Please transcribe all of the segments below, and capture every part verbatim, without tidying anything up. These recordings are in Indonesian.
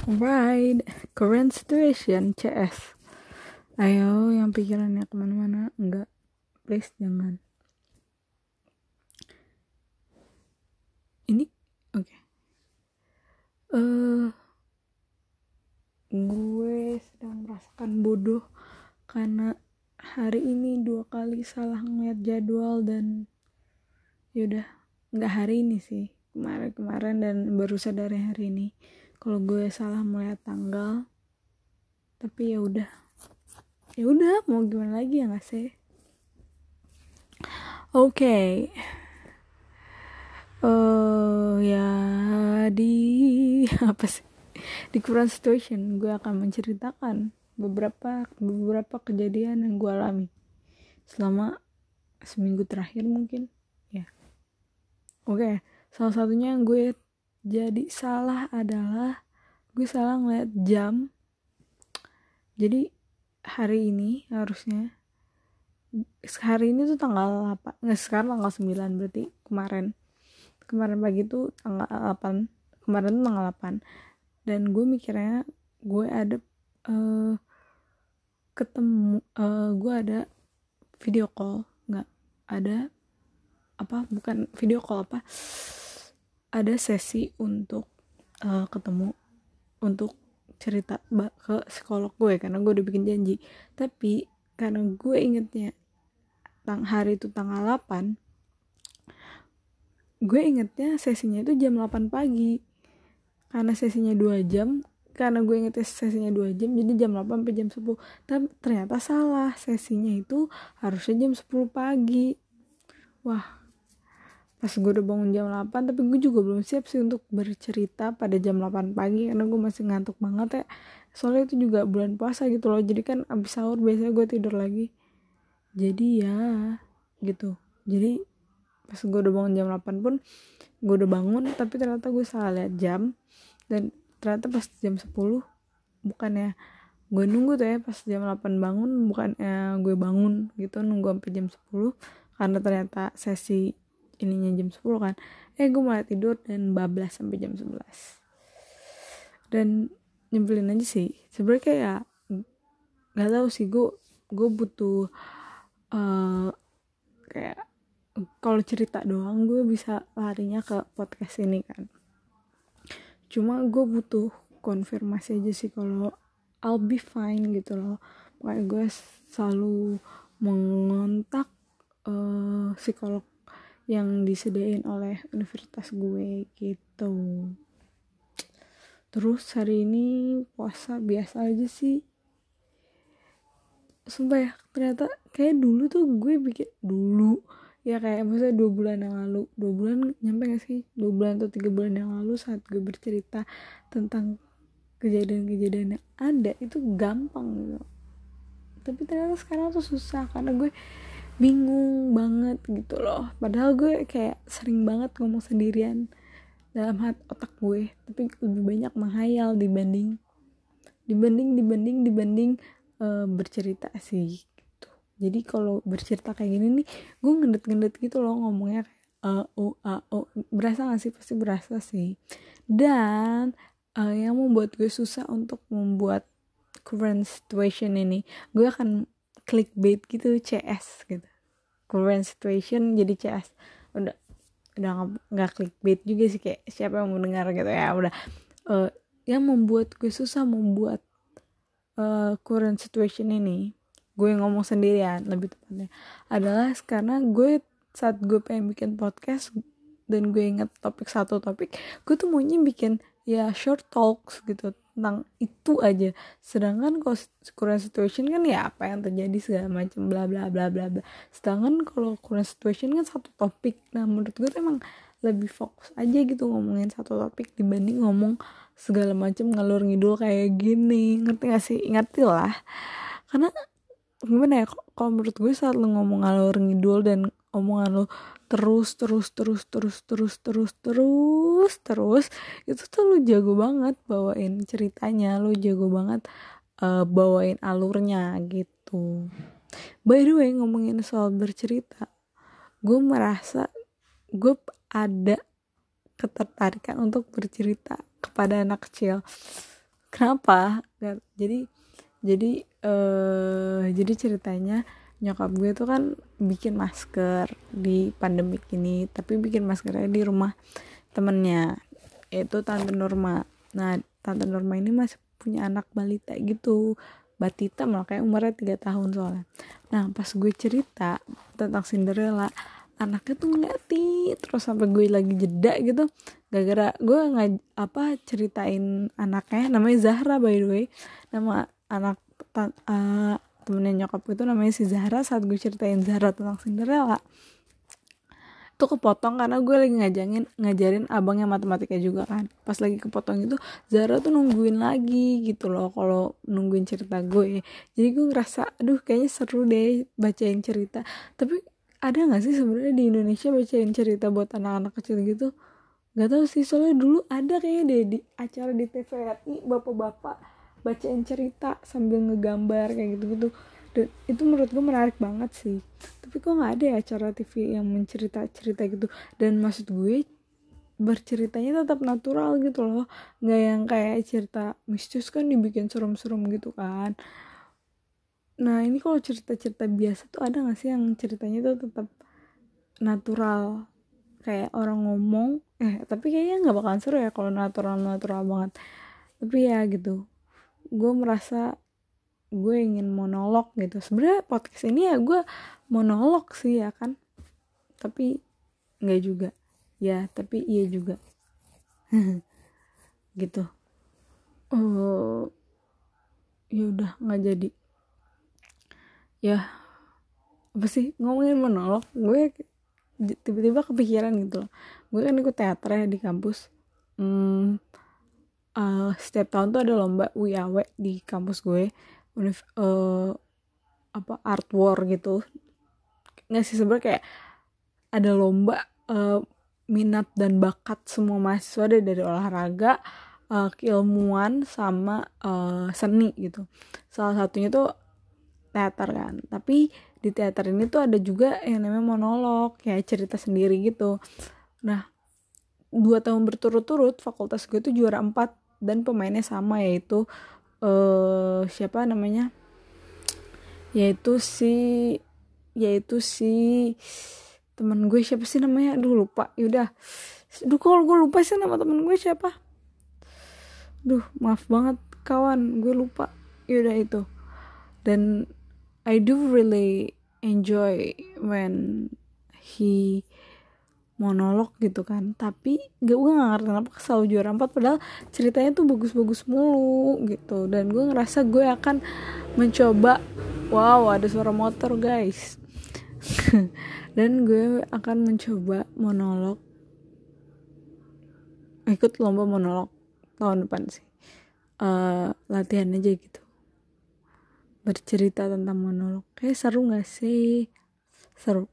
Right, current situation C S. Ayo yang pikirannya kemana-mana, enggak, please jangan. Ini, oke. Okay. Eh, uh, gue sedang merasakan bodoh karena hari ini dua kali salah ngeliat jadwal dan yaudah, nggak hari ini sih, kemarin-kemarin dan baru sadar hari ini kalau gue salah melihat tanggal. Tapi ya udah. Ya udah, mau gimana lagi ya nggak sih? Oke. Okay. Eh uh, ya di apa sih? Di current situation gue akan menceritakan beberapa beberapa kejadian yang gue alami selama seminggu terakhir mungkin. Ya. Oke, okay. Salah satunya yang gue jadi salah adalah gue salah ngeliat jam. Jadi hari ini harusnya hari ini tuh tanggal delapan, nggak, sekarang tanggal sembilan, berarti kemarin kemarin pagi tuh tanggal delapan, kemarin tuh tanggal delapan, dan gue mikirnya gue ada uh, ketemu uh, gue ada video call, nggak ada apa bukan video call apa ada sesi untuk uh, ketemu untuk cerita ke psikolog gue karena gue udah bikin janji. Tapi karena gue ingetnya tang hari itu tanggal delapan, gue ingetnya sesinya itu jam delapan pagi karena sesinya dua jam. Karena gue ingetnya sesinya dua jam, jadi jam delapan sampai jam sepuluh. Tapi ternyata salah, sesinya itu harusnya jam sepuluh pagi. Wah, pas gue udah bangun jam delapan, tapi gue juga belum siap sih untuk bercerita pada jam delapan pagi karena gue masih ngantuk banget ya. Soalnya itu juga bulan puasa gitu loh, jadi kan abis sahur biasanya gue tidur lagi. Jadi ya gitu. Jadi pas gue udah bangun jam delapan pun gue udah bangun, tapi ternyata gue salah lihat jam. Dan ternyata pas jam sepuluh, bukannya gue nunggu tuh ya pas jam delapan bangun, bukannya gue bangun gitu nunggu sampai jam sepuluh karena ternyata sesi ininya jam sepuluh kan. Eh gue malah tidur dan bablas sampai jam sebelas. Dan nyebelin aja sih. Sebenarnya kayak nggak tahu sih, gue gue butuh uh, kayak kalau cerita doang gue bisa larinya ke podcast ini kan. Cuma gue butuh konfirmasi aja sih kalau I'll be fine gitu loh. Makanya gue selalu mengontak uh, psikolog yang disediain oleh universitas gue gitu. Terus hari ini puasa biasa aja sih. Sumpah ya, ternyata kayak dulu tuh gue bikin dulu ya kayak misalnya dua bulan yang lalu, dua bulan nyampe gak sih, dua bulan atau tiga bulan yang lalu saat gue bercerita tentang kejadian-kejadian yang ada itu gampang gitu. Tapi ternyata sekarang tuh susah karena gue bingung banget gitu loh. Padahal gue kayak sering banget ngomong sendirian dalam hati otak gue, tapi lebih banyak menghayal dibanding dibanding dibanding dibanding uh, bercerita sih gitu. Jadi kalau bercerita kayak gini nih gue ngendet-ngendet gitu loh ngomongnya kayak uh, oh, uh, oh. Berasa gak sih? Pasti berasa sih. Dan uh, yang membuat gue susah untuk membuat current situation ini, gue akan clickbait gitu, C S gitu, current situation jadi C S. Udah udah nggak clickbait juga sih, kayak siapa yang mau dengar gitu ya. Udah uh, yang membuat gue susah membuat uh, current situation ini, gue ngomong sendirian lebih tepatnya, adalah karena gue saat gue pengen bikin podcast dan gue inget topik satu topik, gue tuh maunya bikin ya short talks gitu tentang itu aja. Sedangkan kalau current situation kan ya apa yang terjadi segala macam bla bla bla bla bla. Sedangkan kalau current situation kan satu topik. Nah menurut gue tuh emang lebih fokus aja gitu ngomongin satu topik dibanding ngomong segala macam ngalur ngidul kayak gini. Ngerti gak sih? Ngerti lah. Karena gimana ya, kalau menurut gue saat lu ngomong ngalur ngidul dan omongan lu terus terus terus terus terus terus terus terus itu tuh lu jago banget bawain ceritanya, lu jago banget uh, bawain alurnya gitu. By the way, ngomongin soal bercerita, gue merasa gue ada ketertarikan untuk bercerita kepada anak kecil. Kenapa? Jadi jadi eh jadi ceritanya nyokap gue tuh kan bikin masker di pandemik ini, tapi bikin maskernya di rumah temennya, yaitu Tante Norma. Nah, Tante Norma ini masih punya anak balita gitu, batita malah, kayak umurnya tiga tahun soalnya. Nah, pas gue cerita tentang Cinderella, anaknya tuh ngeliatin terus sampai gue lagi jeda gitu, gara-gara gue nggak apa ceritain anaknya, namanya Zahra by the way, nama anak uh, temennya nyokap itu namanya si Zahra. Saat gue ceritain Zahra tentang Cinderella itu kepotong karena gue lagi ngajangin ngajarin abangnya matematika juga kan. Pas lagi kepotong itu Zahra tuh nungguin lagi gitu loh kalau nungguin cerita gue. Jadi gue ngerasa aduh kayaknya seru deh bacain cerita. Tapi ada nggak sih sebenarnya di Indonesia bacain cerita buat anak-anak kecil gitu? Gak tahu sih, soalnya dulu ada kayaknya deh di acara di T V R I bapak-bapak bacain cerita sambil ngegambar kayak gitu-gitu. Dan itu menurut gue menarik banget sih. Tapi kok nggak ada ya acara T V yang mencerita-cerita gitu. Dan maksud gue berceritanya tetap natural gitu loh, nggak yang kayak cerita mistis kan dibikin serem-serem gitu kan. Nah ini kalau cerita-cerita biasa tuh ada nggak sih yang ceritanya tuh tetap natural kayak orang ngomong, eh tapi kayaknya nggak bakalan seru ya kalau natural-natural banget. Tapi ya gitu, gue merasa gue ingin monolog gitu. Sebenarnya podcast ini ya gue monolog sih ya kan, tapi nggak juga ya, tapi iya juga gitu. Oh ya udah nggak jadi ya, apa sih ngomongin monolog, gue tiba-tiba kepikiran gitu loh. Gue kan ikut teater ya di kampus. hmm, uh, setiap tahun tuh ada lomba W A W di kampus gue, Univ- uh, apa art war gitu. Nggak sih sebenarnya, kayak ada lomba uh, minat dan bakat semua mahasiswa deh, dari olahraga, uh, keilmuan sama uh, seni gitu. Salah satunya tuh teater kan, tapi di teater ini tuh ada juga yang namanya monolog, kayak cerita sendiri gitu. Nah dua tahun berturut-turut fakultas gue tuh juara empat dan pemainnya sama, yaitu uh, siapa namanya, yaitu si yaitu si teman gue, siapa sih namanya, aduh lupa. Yaudah, aduh kalau gue lupa sih nama teman gue siapa, duh maaf banget kawan, gue lupa. Yaudah itu. Dan I do really enjoy when he monolog gitu kan, tapi gak, gue gak ngerti kenapa selalu juara empat padahal ceritanya tuh bagus-bagus mulu gitu. Dan gue ngerasa gue akan mencoba, wow ada suara motor guys dan gue akan mencoba monolog, ikut lomba monolog tahun depan sih. Uh, latihan aja gitu, bercerita tentang monolog. Kayak seru gak sih? Seru.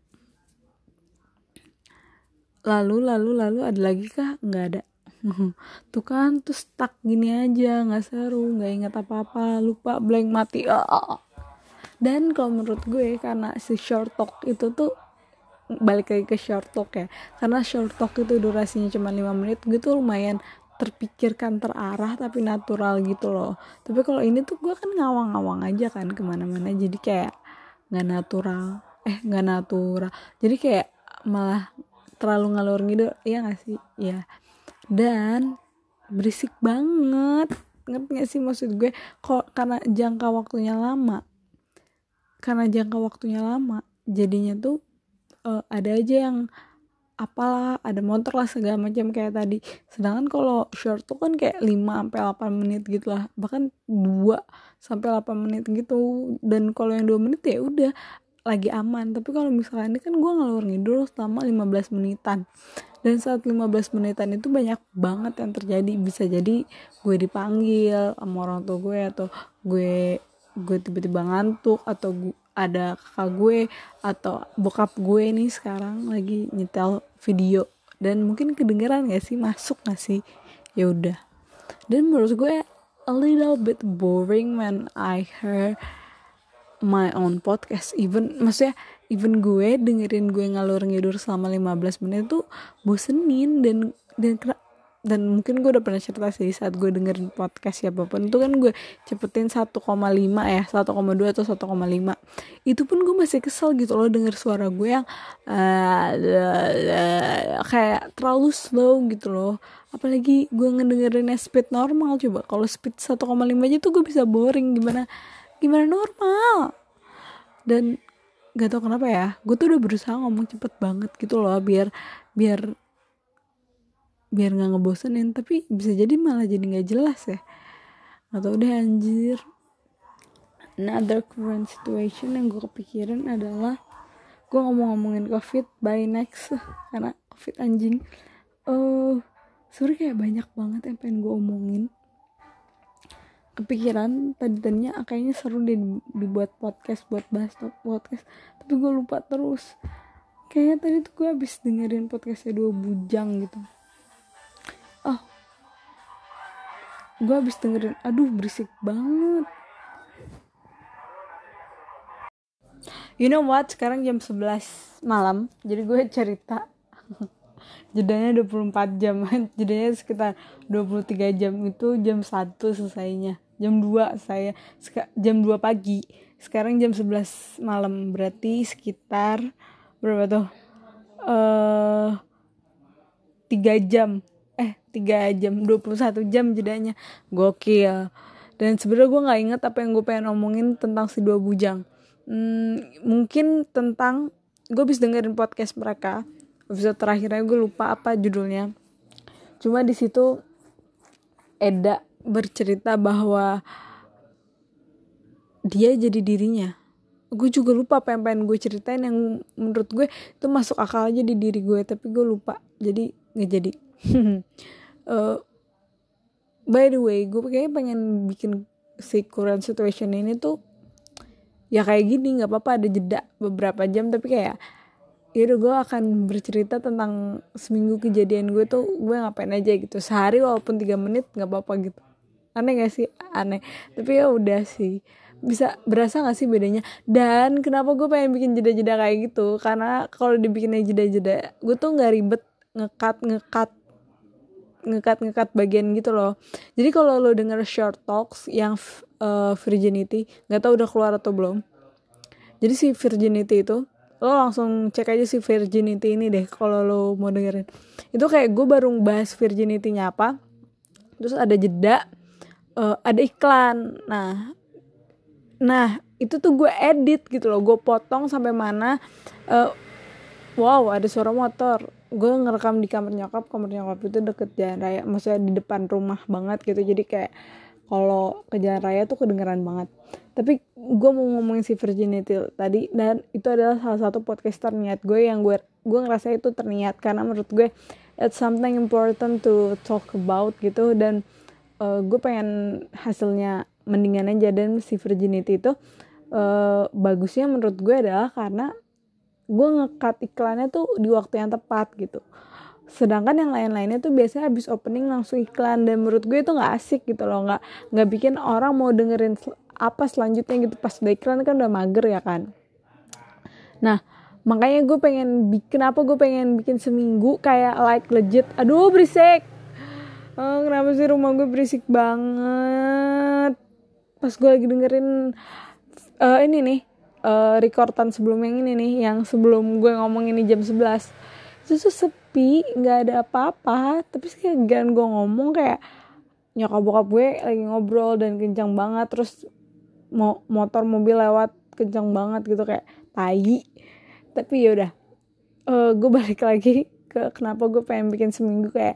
Lalu lalu lalu ada lagi kah? Nggak ada. Tuh kan, tuh stuck gini aja, nggak seru, nggak ingat apa-apa, lupa, blank, mati. Ah. Dan kalau menurut gue karena si short talk itu tuh, balik lagi ke short talk ya, karena short talk itu durasinya cuma lima menit, gue tuh lumayan terpikirkan, terarah, tapi natural gitu loh. Tapi kalau ini tuh gue kan ngawang-ngawang aja kan kemana-mana, jadi kayak nggak natural, eh nggak natural, jadi kayak malah terlalu ngalor ngidul, iya gak sih? Iya. Dan berisik banget, ngerti gak sih maksud gue? Kok karena jangka waktunya lama, karena jangka waktunya lama, jadinya tuh uh, ada aja yang apalah, ada motor lah segala macam kayak tadi. Sedangkan kalau short tuh kan kayak lima sampai delapan menit gitu lah, bahkan dua sampai delapan menit gitu. Dan kalau yang dua menit ya udah lagi aman. Tapi kalau misalnya ini kan gue ngalur ngidul selama lima belas menitan, dan saat lima belas menitan itu banyak banget yang terjadi. Bisa jadi gue dipanggil sama orang tua gue, atau gue gue tiba-tiba ngantuk, atau gue, ada kakak gue atau bokap gue nih sekarang lagi nyetel video, dan mungkin kedengeran gak sih, masuk gak sih, ya udah. Dan menurut gue a little bit boring when I heard my own podcast. Even maksudnya even gue dengerin gue ngalur ngidur selama lima belas menit tuh bosenin. Dan dan dan mungkin gue udah pernah cerita sih saat gue dengerin podcast siapapun itu kan gue cepetin satu koma lima ya, satu koma dua atau satu koma lima. Itu pun gue masih kesel gitu loh denger suara gue yang uh, kayak terlalu slow gitu loh. Apalagi gue ngedengerinnya speed normal. Coba kalau speed satu koma lima aja tuh gue bisa boring, gimana gimana normal. Dan gak tau kenapa ya, gue tuh udah berusaha ngomong cepet banget gitu loh biar biar biar nggak ngebosenin, tapi bisa jadi malah jadi nggak jelas ya. Atau udah anjir. Another current situation yang gue kepikiran adalah gue ngomong-ngomongin covid by next karena covid anjing. Uh, sebenernya kayak banyak banget yang pengen gue omongin. Kepikiran tadi-tadinya kayaknya seru deh dibuat podcast, buat bahas podcast, tapi gue lupa terus. Kayaknya tadi tuh gue habis dengerin podcastnya Dua Bujang gitu. Oh, gue habis dengerin, aduh berisik banget. You know what, sekarang jam sebelas malam, jadi gue cerita jedanya dua puluh empat jam, jedanya sekitar dua puluh tiga jam. Itu jam satu selesainya, jam dua saya, jam dua pagi, sekarang jam sebelas malam, berarti sekitar berapa tuh, uh, tiga jam eh tiga jam, dua puluh satu jam jedanya, gokil. Dan sebenarnya gue nggak inget apa yang gue pengen ngomongin tentang si Dua Bujang. hmm, mungkin tentang, gue habis dengerin podcast mereka episode terakhirnya, gue lupa apa judulnya, cuma di situ Eda bercerita bahwa dia jadi dirinya. Gue juga lupa apa yang pengen gue ceritain yang menurut gue itu masuk akal aja di diri gue, tapi gue lupa, jadi nggak jadi. uh, by the way, gue kayaknya pengen bikin si current situation ini tuh ya kayak gini, nggak apa-apa ada jeda beberapa jam, tapi kayak yaudah gue akan bercerita tentang seminggu kejadian gue tuh gue ngapain aja gitu sehari, walaupun tiga menit nggak apa-apa gitu. Aneh gak sih? Aneh, tapi ya udah sih. Bisa berasa gak sih bedanya? Dan kenapa gue pengen bikin jeda-jeda kayak gitu, karena kalau dibikinnya jeda-jeda gue tuh nggak ribet ngekat ngekat ngekat ngekat bagian gitu loh. Jadi kalau lo denger short talks yang uh, virginity, nggak tahu udah keluar atau belum. Jadi si virginity itu lo langsung cek aja si virginity ini deh kalau lo mau dengerin. Itu kayak gue baru bahas virginity-nya apa, terus ada jeda, uh, ada iklan. Nah, nah itu tuh gue edit gitu loh, gue potong sampai mana. Uh, wow, ada suara motor. Gue ngerekam di kamar nyokap, kamar nyokap itu deket jalan raya, maksudnya di depan rumah banget gitu, jadi kayak kalau ke jalan raya tuh kedengeran banget. Tapi gue mau ngomongin si virginity tadi, dan itu adalah salah satu podcaster niat gue yang gue gue ngerasa itu terniat, karena menurut gue it's something important to talk about gitu, dan uh, gue pengen hasilnya mendingan aja. Dan si virginity itu uh, bagusnya menurut gue adalah karena gue nge-cut iklannya tuh di waktu yang tepat gitu. Sedangkan yang lain-lainnya tuh biasanya habis opening langsung iklan, dan menurut gue itu nggak asik gitu loh, nggak nggak bikin orang mau dengerin apa selanjutnya gitu. Pas udah iklan kan udah mager ya kan. Nah makanya gue pengen bikin apa gue pengen bikin seminggu kayak like legit. Aduh berisik. Oh, kenapa sih rumah gue berisik banget pas gue lagi dengerin uh, ini nih Uh, rekordan sebelum yang ini nih, yang sebelum gue ngomong ini jam sebelas, itu tuh sepi, nggak ada apa-apa. Tapi sekarang gue ngomong kayak nyokap bokap gue lagi ngobrol dan kencang banget, terus mo- motor mobil lewat kencang banget gitu kayak tai. Tapi yaudah, uh, gue balik lagi ke kenapa gue pengen bikin seminggu kayak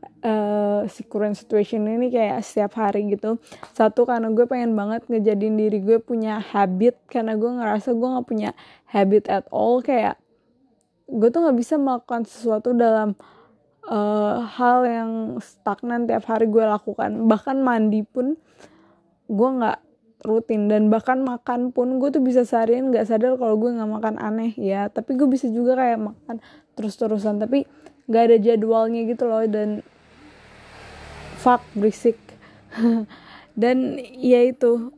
Uh, si current situation ini kayak setiap hari gitu. Satu, karena gue pengen banget ngejadiin diri gue punya habit, karena gue ngerasa gue gak punya habit at all. Kayak gue tuh gak bisa melakukan sesuatu dalam uh, hal yang stagnan tiap hari gue lakukan. Bahkan mandi pun gue gak rutin, dan bahkan makan pun gue tuh bisa seharian gak sadar kalau gue gak makan aneh ya. Tapi gue bisa juga kayak makan terus-terusan, tapi gak ada jadwalnya gitu loh. Dan fuck berisik. Dan ya itu,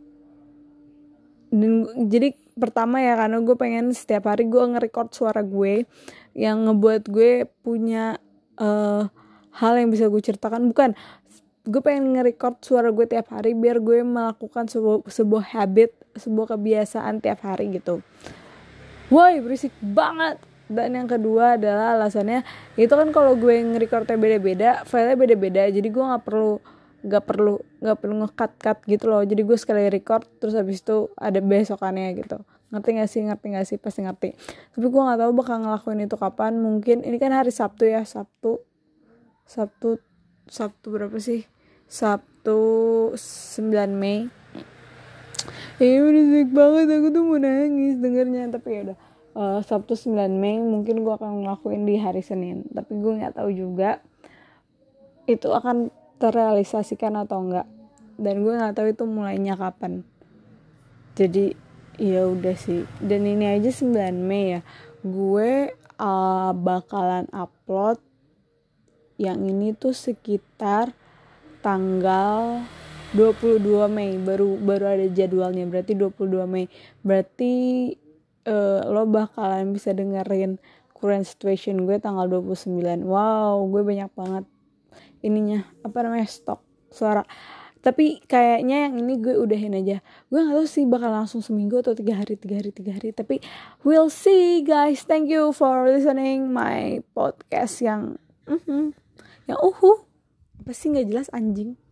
dan jadi pertama ya karena gue pengen setiap hari gue nge-record suara gue yang ngebuat gue punya uh, hal yang bisa gue ceritakan. Bukan, gue pengen nge-record suara gue tiap hari biar gue melakukan sebuah, sebuah habit, sebuah kebiasaan tiap hari gitu. Woi, berisik banget. Dan yang kedua adalah alasannya itu kan kalau gue nge-recordnya beda-beda, filenya beda-beda, jadi gue nggak perlu nggak perlu nggak perlu nge-cut-cut gitu loh. Jadi gue sekali record terus habis itu ada besokannya gitu. Ngerti nggak sih? Ngerti nggak sih? Pasti ngerti. Tapi gue nggak tahu bakal ngelakuin itu kapan. Mungkin ini kan hari Sabtu ya, Sabtu Sabtu Sabtu berapa sih? Sabtu sembilan Mei. Eh berisik banget, aku tuh mau nangis dengernya. Tapi ya udah, uh, Sabtu sembilan Mei mungkin gue akan ngelakuin di hari Senin. Tapi gue nggak tahu juga itu akan terrealisasikan atau enggak. Dan gue nggak tahu itu mulainya kapan. Jadi ya udah sih. Dan ini aja sembilan Mei ya. Gue uh, bakalan upload yang ini tuh sekitar tanggal dua puluh dua Mei, baru baru ada jadwalnya, berarti dua puluh dua Mei. Berarti uh, lo bakalan bisa dengerin current situation gue tanggal dua puluh sembilan. Wow, gue banyak banget ininya, apa namanya, stok suara. Tapi kayaknya yang ini gue udahin aja. Gue gak tahu sih bakal langsung seminggu atau tiga hari, tiga hari, tiga hari. Tapi we'll see guys. Thank you for listening my podcast yang, uh-huh, yang uhu, apa sih gak jelas anjing.